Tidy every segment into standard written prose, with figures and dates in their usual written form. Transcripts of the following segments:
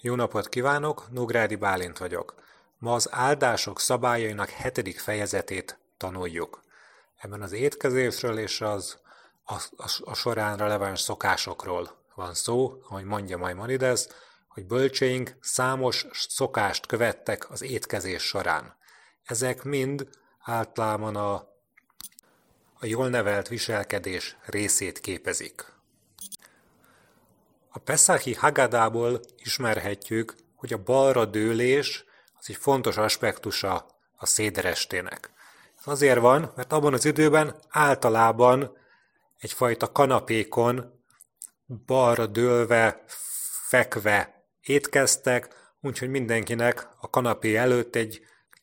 Jó napot kívánok, Nógrádi Bálint vagyok. Ma az áldások szabályainak 7. fejezetét tanuljuk. Ebben az étkezésről és a során releváns szokásokról van szó, ahogy mondja Maimonides, hogy bölcseink számos szokást követtek az étkezés során. Ezek mind általában a jól nevelt viselkedés részét képezik. A Peszachi Haggadából ismerhetjük, hogy a balra dőlés az egy fontos aspektusa a széderestének. Ez azért van, mert abban az időben általában egyfajta kanapékon balra dőlve, fekve étkeztek, úgyhogy mindenkinek a kanapé előtt egy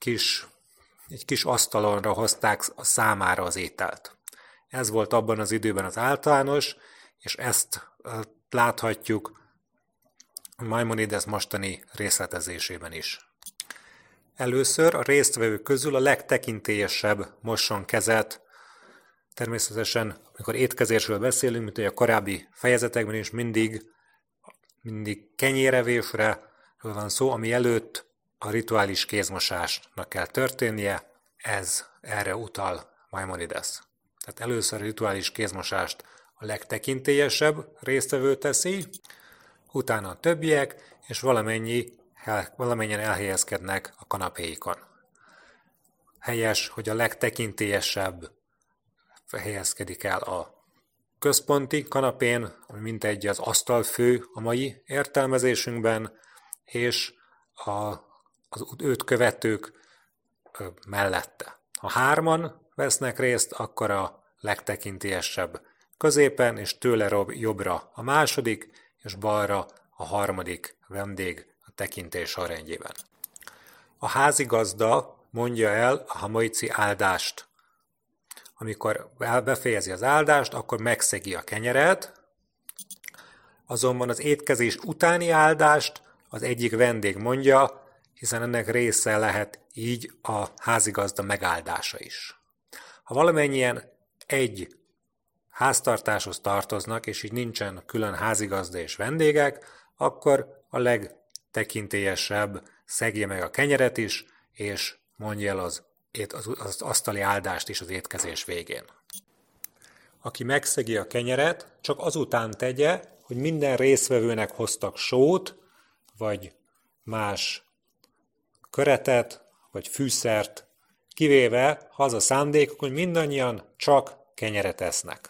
kis asztalonra hozták a számára az ételt. Ez volt abban az időben az általános, és ezt láthatjuk Maimonides mostani részletezésében is. Először a résztvevők közül a legtekintélyesebb mosson kezet. Természetesen, amikor étkezésről beszélünk, mint a korábbi fejezetekben is mindig kenyérevésre van szó, ami előtt a rituális kézmosásnak kell történnie, erre utal Maimonides. Tehát először a rituális kézmosást a legtekintélyesebb résztvevő teszi, utána a többiek, és valamennyien elhelyezkednek a kanapéikon. Helyes, hogy a legtekintélyesebb helyezkedik el a központi kanapén, ami mintegy az asztalfő a mai értelmezésünkben, és az őt követők mellette. Ha 3 vesznek részt, akkor a legtekintélyesebb középen, és tőle jobbra a második, és balra a harmadik vendég a tekintés sorrendjében. A házigazda mondja el a hamaici áldást. Amikor befejezi az áldást, akkor megszegi a kenyeret, azonban az étkezés utáni áldást az egyik vendég mondja, hiszen ennek része lehet így a házigazda megáldása is. Ha valamennyien egy háztartáshoz tartoznak, és így nincsen külön házigazda és vendégek, akkor a legtekintélyesebb szegje meg a kenyeret is, és mondja el az asztali áldást is az étkezés végén. Aki megszegi a kenyeret, csak azután tegye, hogy minden résztvevőnek hoztak sót, vagy más köretet, vagy fűszert, kivéve ha az a szándékuk, hogy mindannyian csak kenyeret esznek.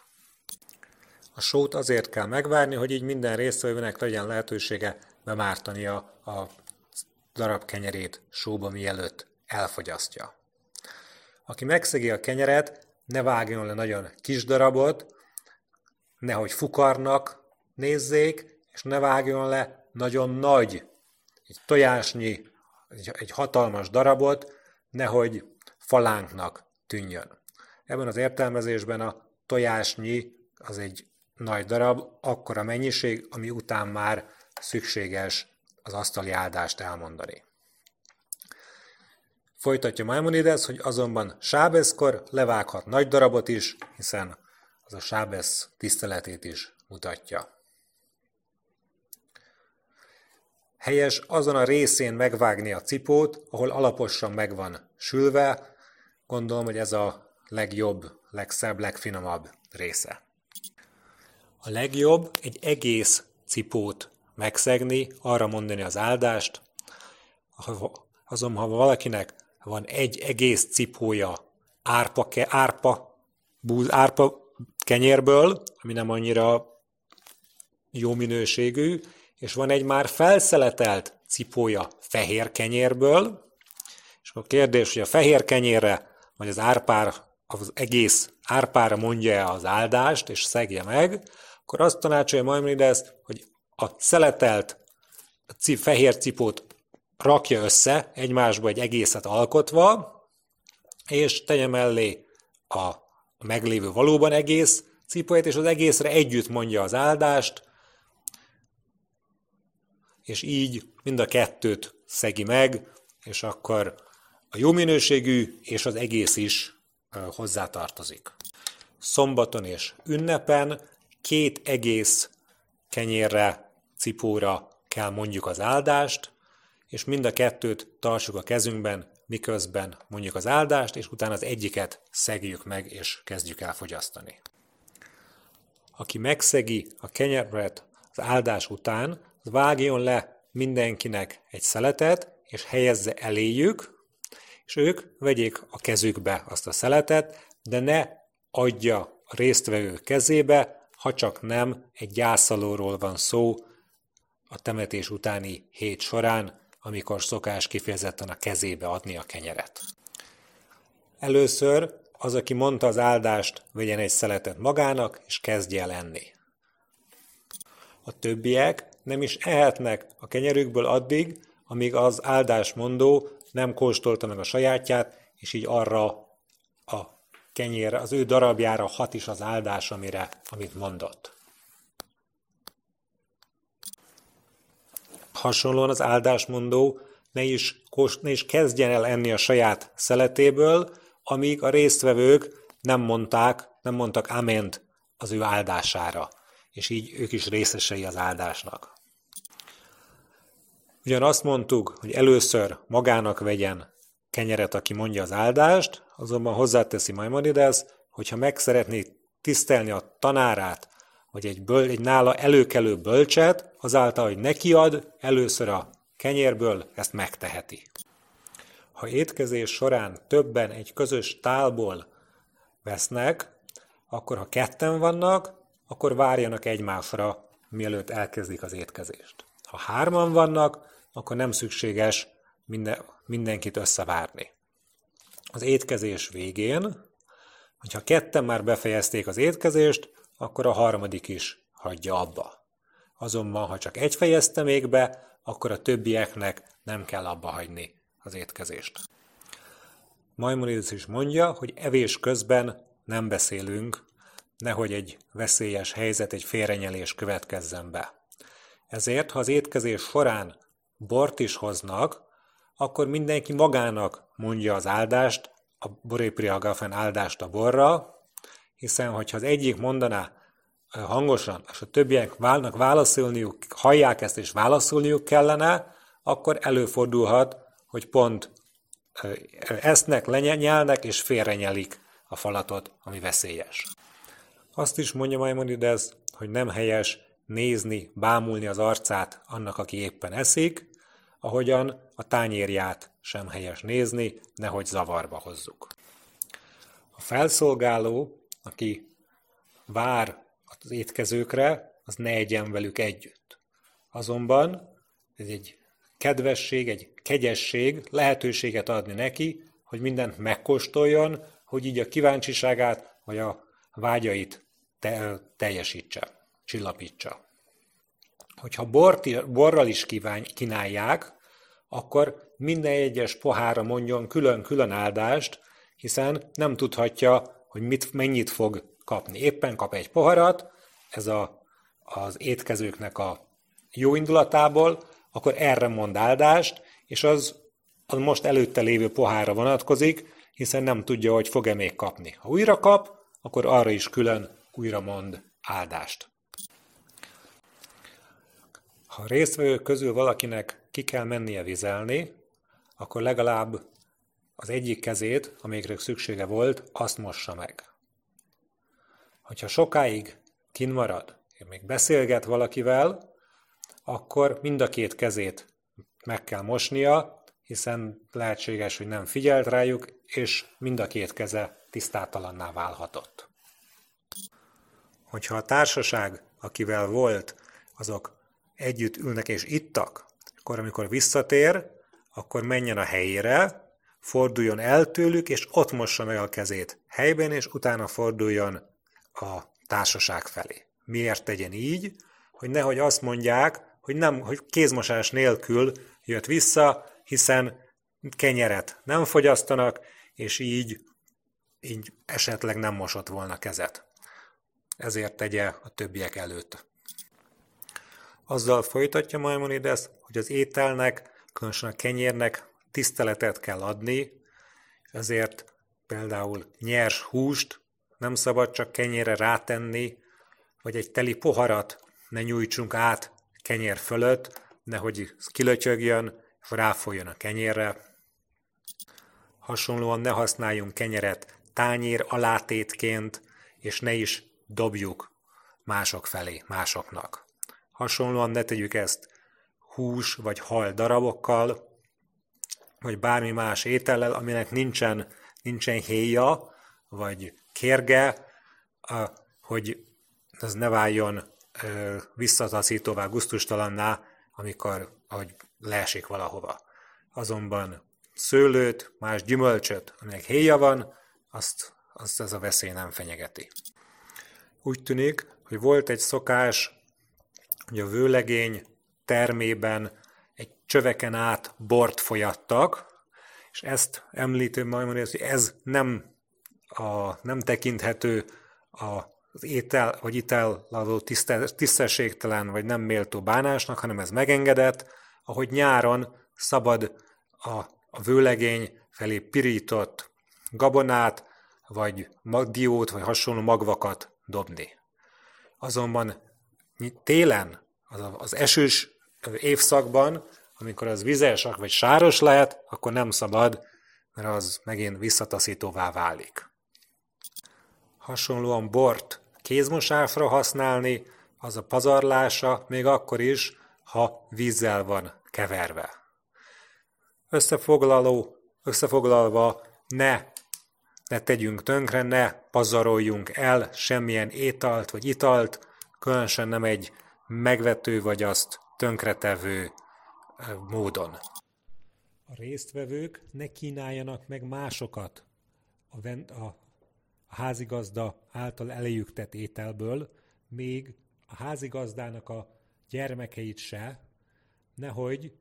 A sót azért kell megvárni, hogy így minden résztvevőnek legyen lehetősége bemártania a darab kenyerét sóba, mielőtt elfogyasztja. Aki megszegi a kenyeret, ne vágjon le nagyon kis darabot, nehogy fukarnak nézzék, és ne vágjon le nagyon nagy, egy tojásnyi, egy hatalmas darabot, nehogy falánknak tűnjön. Ebben az értelmezésben a tojásnyi az egy nagy darab, akkora mennyiség, ami után már szükséges az asztali áldást elmondani. Folytatja Maimonides, hogy azonban sábeszkor levághat nagy darabot is, hiszen az a sábesz tiszteletét is mutatja. Helyes azon a részén megvágni a cipót, ahol alaposan meg van sülve. Gondolom, hogy ez a legjobb, legszebb, legfinomabb része. A legjobb egy egész cipót megszegni, arra mondani az áldást. Azonban, ha valakinek van egy egész cipója árpa kenyérből, ami nem annyira jó minőségű, és van egy már felszeletelt cipója fehér kenyérből, és akkor a kérdés, hogy a fehér kenyérre, vagy az egész árpára mondja-e az áldást, és szegje meg, akkor azt tanácsolja Maimonides, hogy a szeletelt fehér cipót rakja össze egymásba egy egészet alkotva, és tegye mellé a meglévő valóban egész cipóját, és az egészre együtt mondja az áldást, és így mind a kettőt szegi meg, és akkor a jó minőségű és az egész is hozzátartozik. Szombaton és ünnepen 2 egész kenyérre, cipóra kell mondjuk az áldást, és mind a kettőt tartsuk a kezünkben, miközben mondjuk az áldást, és utána az egyiket szegjük meg, és kezdjük el fogyasztani. Aki megszegi a kenyeret az áldás után, az vágjon le mindenkinek egy szeletet, és helyezze eléjük, és ők vegyék a kezükbe azt a szeletet, de ne adja a résztvevő kezébe, ha csak nem egy gyászolóról van szó a temetés utáni hét során, amikor szokás kifejezetten a kezébe adni a kenyeret. Először az, aki mondta az áldást, vegyen egy szeletet magának, és kezdje el enni. A többiek nem is ehetnek a kenyerükből addig, amíg az áldásmondó nem kóstolta meg a sajátját, és így arra a kenyérre, az ő darabjára hat is az áldás, amit mondott. Hasonlóan az áldásmondó ne is kezdjen el enni a saját szeletéből, amíg a résztvevők nem mondtak amént az ő áldására, és így ők is részesei az áldásnak. Ugyan azt mondtuk, hogy először magának vegyen kenyeret, aki mondja az áldást, azonban hozzáteszi Maimonides, hogyha meg szeretné tisztelni a tanárát, vagy egy nála előkelő bölcset, azáltal, hogy neki ad először a kenyérből, ezt megteheti. Ha étkezés során többen egy közös tálból vesznek, akkor ha ketten vannak, akkor várjanak egymásra, mielőtt elkezdik az étkezést. Ha hárman vannak, akkor nem szükséges mindenkit összevárni. Az étkezés végén, hogyha ketten már befejezték az étkezést, akkor a harmadik is hagyja abba. Azonban, ha csak egy fejezte még be, akkor a többieknek nem kell abba hagyni az étkezést. Maimonides is mondja, hogy evés közben nem beszélünk, nehogy egy veszélyes helyzet, egy félrenyelés következzen be. Ezért, ha az étkezés során bort is hoznak, akkor mindenki magának mondja az áldást, a Boré Priagafen áldást a borra, hiszen hogyha az egyik mondaná hangosan, és a többiek válaszolniuk, hallják ezt és válaszolniuk kellene, akkor előfordulhat, hogy pont esznek, lenyelnek és félrenyelik a falatot, ami veszélyes. Azt is mondja Maimonides, hogy nem helyes nézni, bámulni az arcát annak, aki éppen eszik, ahogyan a tányérját sem helyes nézni, nehogy zavarba hozzuk. A felszolgáló, aki vár az étkezőkre, az ne egyen velük együtt. Azonban ez egy kedvesség, egy kegyesség, lehetőséget adni neki, hogy mindent megkóstoljon, hogy így a kíváncsiságát vagy a vágyait teljesítse, csillapítsa. Hogyha borral is kínálják, akkor minden egyes pohárra mondjon külön-külön áldást, hiszen nem tudhatja, hogy mennyit fog kapni. Éppen kap egy poharat, ez az étkezőknek a jó indulatából, akkor erre mond áldást, és az most előtte lévő pohárra vonatkozik, hiszen nem tudja, hogy fog-e még kapni. Ha újra kap, akkor arra is külön újra mond áldást. Ha a résztvevők közül valakinek ki kell mennie vizelni, akkor legalább az egyik kezét, amelyikre szüksége volt, azt mossa meg. Hogyha sokáig kint marad, és még beszélget valakivel, akkor mind a két kezét meg kell mosnia, hiszen lehetséges, hogy nem figyelt rájuk, és mind a két keze tisztátalanná válhatott. Hogyha a társaság, akivel volt, azok együtt ülnek és ittak, akkor amikor visszatér, akkor menjen a helyére, forduljon el tőlük, és ott mossa meg a kezét helyben, és utána forduljon a társaság felé. Miért tegyen így? Hogy nehogy azt mondják, hogy kézmosás nélkül jött vissza, hiszen kenyeret nem fogyasztanak, és így esetleg nem mosott volna kezet. Ezért tegye a többiek előtt. Azzal folytatja Maimonides, hogy az ételnek, különösen a kenyérnek tiszteletet kell adni, ezért például nyers húst nem szabad csak kenyérre rátenni, vagy egy teli poharat ne nyújtsunk át kenyér fölött, nehogy kilötyögjön, és ráfoljon a kenyérre. Hasonlóan ne használjunk kenyeret tányér alátétként, és ne is dobjuk mások felé, másoknak. Hasonlóan ne tegyük ezt hús vagy hal darabokkal, vagy bármi más étellel, aminek nincsen héja, vagy kérge, hogy ez ne váljon visszataszítóvá, gusztustalanná, ahogy leesik valahova. Azonban szőlőt, más gyümölcsöt, aminek héja van, azt ez a veszély nem fenyegeti. Úgy tűnik, hogy volt egy szokás, hogy a vőlegény termében egy csöveken át bort folyattak, és ezt említő Maimonides, hogy ez nem tekinthető az étel vagy italladó tisztességtelen vagy nem méltó bánásnak, hanem ez megengedett, ahogy nyáron szabad a vőlegény felé pirított gabonát, vagy diót, vagy hasonló magvakat dobni. Azonban télen, az esős évszakban, amikor az vizes vagy sáros lehet, akkor nem szabad, mert az megint visszataszítóvá válik. Hasonlóan bort kézmosásra használni, az a pazarlása, még akkor is, ha vízzel van keverve. Összefoglalva, ne tegyünk tönkre, ne pazaroljunk el semmilyen étalt vagy italt, különösen nem egy megvető vagy azt tönkretevő módon. A résztvevők ne kínáljanak meg másokat a házigazda által eléjük tett ételből, még a házigazdának a gyermekeit se, nehogy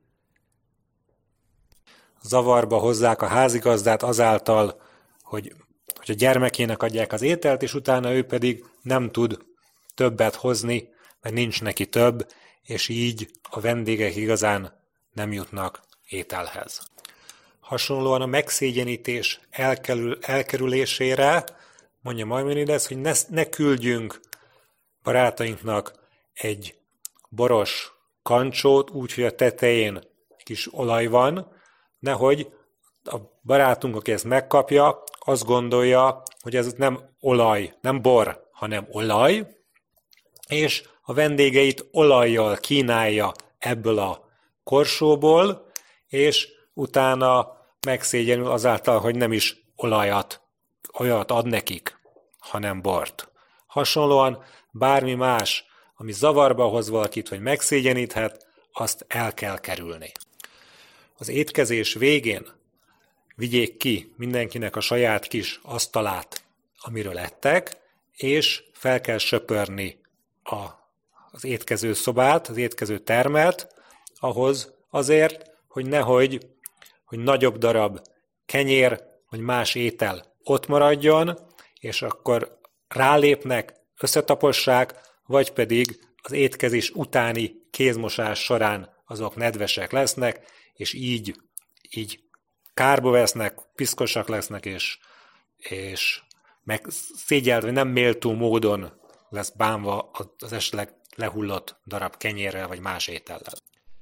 zavarba hozzák a házigazdát azáltal, hogy a gyermekének adják az ételt, és utána ő pedig nem tud többet hozni, mert nincs neki több, és így a vendégek igazán nem jutnak ételhez. Hasonlóan a megszégyenítés elkerülésére mondja Maimonides, hogy ne küldjünk barátainknak egy boros kancsót, úgyhogy a tetején kis olaj van, nehogy a barátunk, aki ezt megkapja, azt gondolja, hogy ez nem olaj, nem bor, hanem olaj, és a vendégeit olajjal kínálja ebből a korsóból, és utána megszégyenül azáltal, hogy nem is olyat ad nekik, hanem bort. Hasonlóan bármi más, ami zavarba hoz valakit, vagy megszégyeníthet, azt el kell kerülni. Az étkezés végén vigyék ki mindenkinek a saját kis asztalát, amiről ettek, és fel kell söpörni az étkező szobát, az étkező termet, ahhoz azért, hogy nehogy, hogy nagyobb darab kenyér, vagy más étel ott maradjon, és akkor rálépnek, összetapossák, vagy pedig az étkezés utáni kézmosás során azok nedvesek lesznek, és így kárba vesznek, piszkosak lesznek, és meg szégyelt, vagy nem méltó módon lesz bánva az esetleg lehullott darab kenyérrel, vagy más étellel.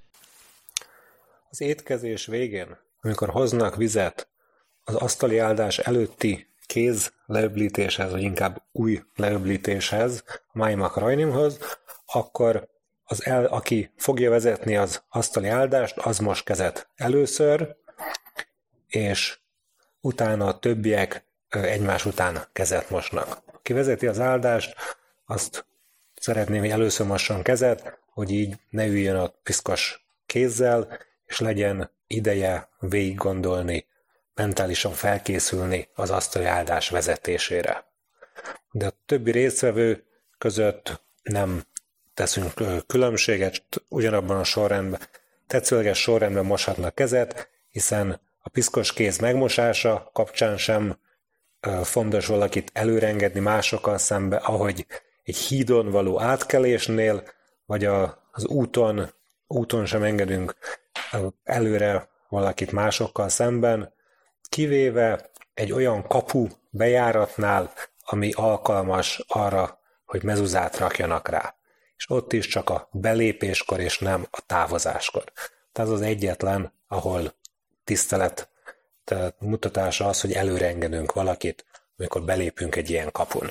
Az étkezés végén, amikor hoznak vizet az asztali áldás előtti kéz leöblítéshez, vagy inkább új leöblítéshez, a Májmak Rajnimhoz, akkor aki fogja vezetni az asztali áldást, az mos kezet először, és utána a többiek egymás után kezet mosnak. Aki vezeti az áldást, azt szeretném, hogy először mosson kezet, hogy így ne üljön ott piszkos kézzel, és legyen ideje végig gondolni, mentálisan felkészülni az asztali áldás vezetésére. De a többi résztvevő között nem teszünk különbséget, ugyanabban a sorrendben, tetszőleges sorrendben moshatnak kezet, hiszen a piszkos kéz megmosása kapcsán sem fontos valakit előrengedni másokkal szembe, ahogy egy hídon való átkelésnél, vagy az úton sem engedünk előre valakit másokkal szemben, kivéve egy olyan kapu bejáratnál, ami alkalmas arra, hogy mezuzát rakjanak rá. és ott is csak a belépéskor és nem a távozáskor. Tehát az egyetlen, ahol tisztelet mutatása az, hogy előre engedünk valakit, amikor belépünk egy ilyen kapun.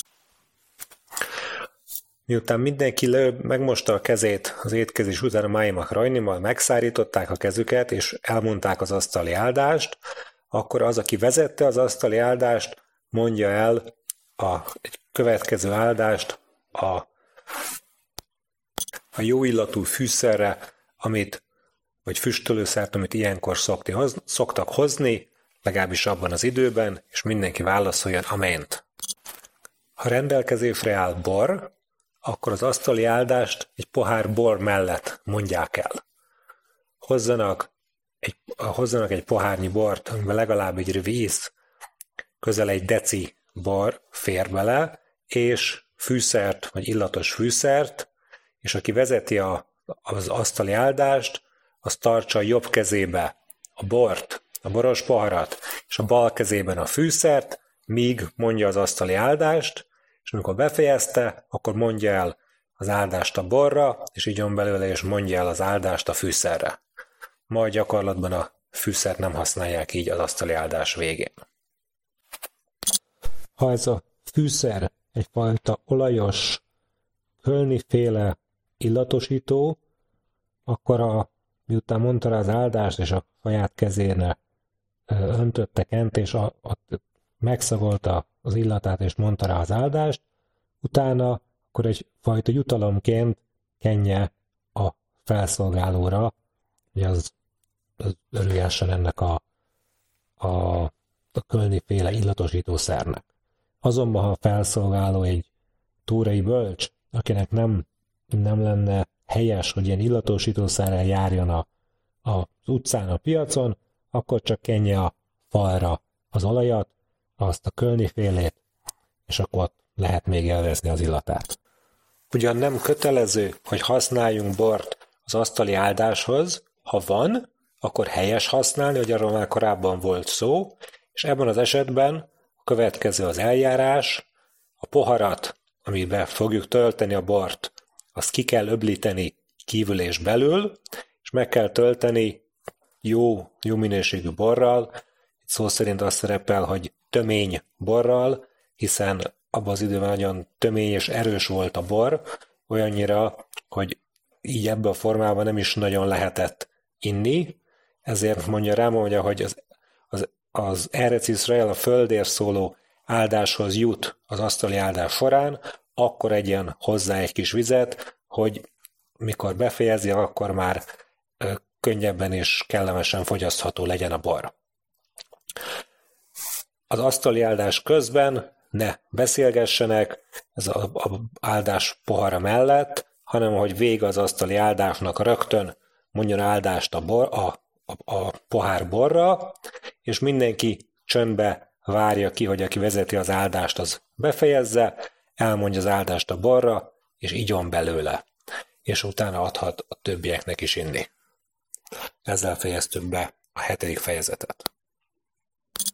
Miután mindenki megmosta a kezét az étkezés után a máimak rajnimal, megszárították a kezüket, és elmondták az asztali áldást, akkor az, aki vezette az asztali áldást, mondja el egy következő áldást a jó illatú fűszerre, vagy füstölőszert, amit ilyenkor szoktak hozni, legalábbis abban az időben, és mindenki válaszoljon amént. Ha rendelkezésre áll bor, akkor az asztali áldást egy pohár bor mellett mondják el. Hozzanak egy pohárnyi bort, amiben legalább egy víz, közel egy deci bor fér bele, és fűszert, vagy illatos fűszert, és aki vezeti az asztali áldást, az tartsa a jobb kezébe a bort, a boros poharat, és a bal kezében a fűszert, míg mondja az asztali áldást, és amikor befejezte, akkor mondja el az áldást a borra, és igyon belőle, és mondja el az áldást a fűszerre. Majd gyakorlatban a fűszert nem használják így az asztali áldás végén. Ha ez a fűszer egyfajta olajos, kölniféle illatosító, akkor miután mondta rá az áldást, és a saját kezére öntötte Kent, és megszagolta az illatát, és mondta rá az áldást, utána akkor egyfajta jutalomként kenje a felszolgálóra, hogy az örüljessen ennek a kölniféle illatosítószernek. Azonban, ha a felszolgáló egy tórai bölcs, akinek nem lenne helyes, hogy ilyen illatosítószerrel járjon az utcán, a piacon, akkor csak kenje a falra az olajat, azt a kölnifélét, és akkor lehet még élvezni az illatát. Ugyan nem kötelező, hogy használjunk bort az asztali áldáshoz, ha van, akkor helyes használni, hogy arról már korábban volt szó, és ebben az esetben a következő az eljárás, a poharat, amiben fogjuk tölteni a bort, azt ki kell öblíteni kívül és belül, és meg kell tölteni jó minőségű borral. Itt szó szerint azt szerepel, hogy tömény borral, hiszen abban az időben nagyon tömény és erős volt a bor, olyannyira, hogy így ebben a formában nem is nagyon lehetett inni, ezért mondja Ráma, hogy az Erec Iszrael, a földért szóló áldáshoz jut az asztali áldás során, akkor egyen hozzá egy kis vizet, hogy mikor befejezi, akkor már könnyebben és kellemesen fogyasztható legyen a bor. Az asztali áldás közben ne beszélgessenek ez az áldás pohara mellett, hanem hogy vége az asztali áldásnak rögtön mondjon áldást a pohár borra, és mindenki csöndbe várja ki, hogy aki vezeti az áldást, az befejezze, elmondja az áldást a borra, és igyon belőle, és utána adhat a többieknek is inni. Ezzel fejeztük be a 7. fejezetet.